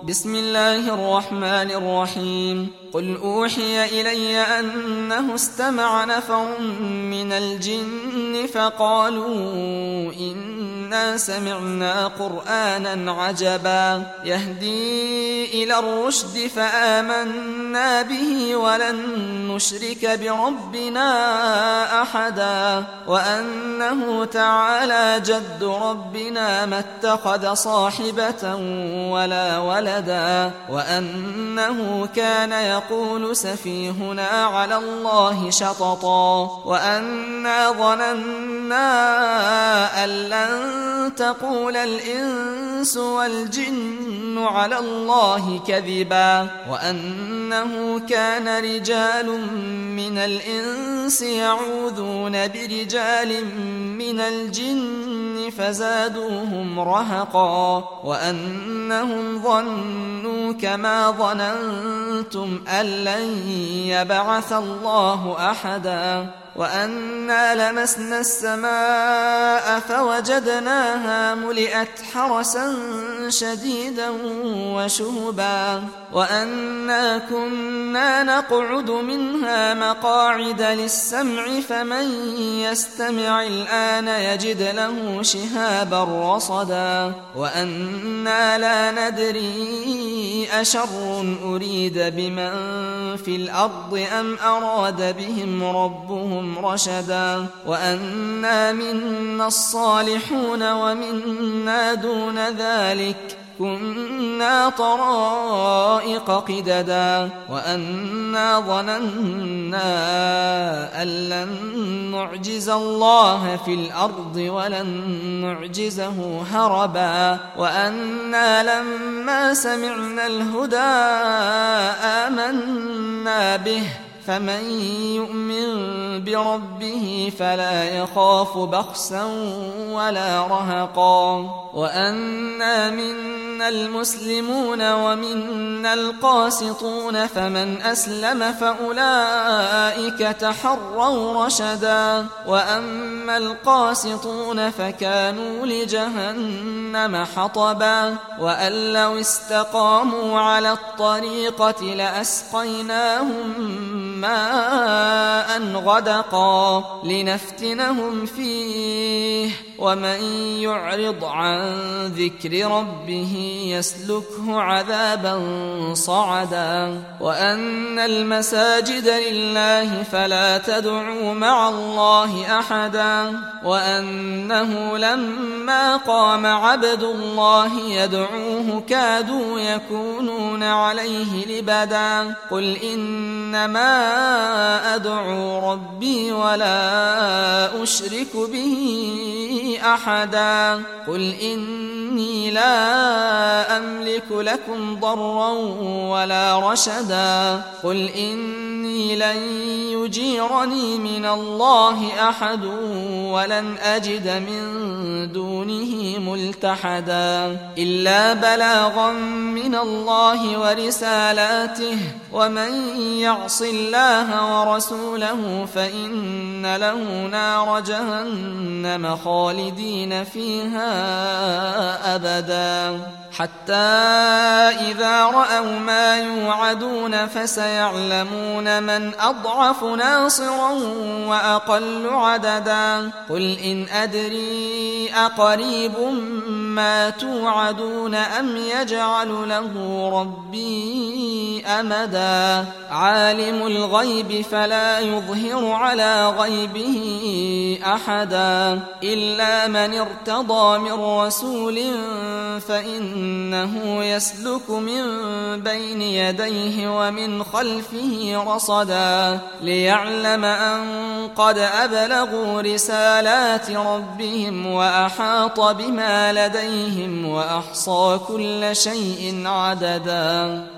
بسم الله الرحمن الرحيم قل أوحي إلي أنه استمع نفر من الجن فقالوا إنا سمعنا قرآنا عجبا يهدي إلى الرشد فآمنا به ولن نشرك بربنا أحدا وأنه تعالى جد ربنا ما اتخذ صاحبة ولا ولدا وأنه كان يقول سفيهنا على الله شططا وأنا ظننا أن لن تقول الإنس والجن على الله كذبا وأنه كان رجال من الإنس يعوذون برجال من الجن فزادوهم رهقا وأنهم ظنوا كما ظننتم أن لن يبعث الله أحدا وأنا لمسنا السماء فوجدناها ملئت حرسا شديدا وشهبا وأنا كنا نقعد منها مقاعد للسمع فمن يستمع الآن يجد له شهابا رصدا وأنا لا ندري أشر أريد بمن في الأرض أم أراد بهم ربهم رشدا وأنا منا الصالحون ومنا دون ذلك كنا طرائق قددا وأنا ظننا أن لن نعجز الله في الأرض ولن نعجزه هربا وأنا لما سمعنا الهدى آمنا به فمن يؤمن بربه فلا يخاف بخسا ولا رهقا وأنا منا المسلمون ومنا القاسطون فمن أسلم فأولئك تحروا رشدا وأما القاسطون فكانوا لجهنم حطبا وأن لو استقاموا على الطريقة لأسقيناهم ماء غدقا لنفتنهم فيه ومن يعرض عن ذكر ربه يسلكه عذابا صعدا وأن المساجد لله فلا تدعوا مع الله أحدا وأنه لما قام عبد الله يدعوه كادوا يكونون عليه لبدا قل إنما أدعو ربي ولا أشرك به أحدا قل إني لا أملك لكم ضرا ولا رشدا قل إني لن يجيرني من الله أحد ولن أجد من دونه ملتحدا إلا بلاغا من الله ورسالاته ومن يعص الله ورسوله فإن له نار جهنم خالدين فيها أبدا حتى إذا رأوا ما يوعدون فسيعلمون من أضعف ناصرا وأقل عددا قل إن أدري أقريب ما توعدون أم يجعل له ربي أمدا عالم الغيب فلا يظهر على غيبه أحدا إلا من ارتضى من رسول فإنه يسلك من بين يديه ومن خلفه رصدا ليعلم أن قد أبلغوا رسالات ربهم وأحاط بما لديهم وأحصى كل شيء عددا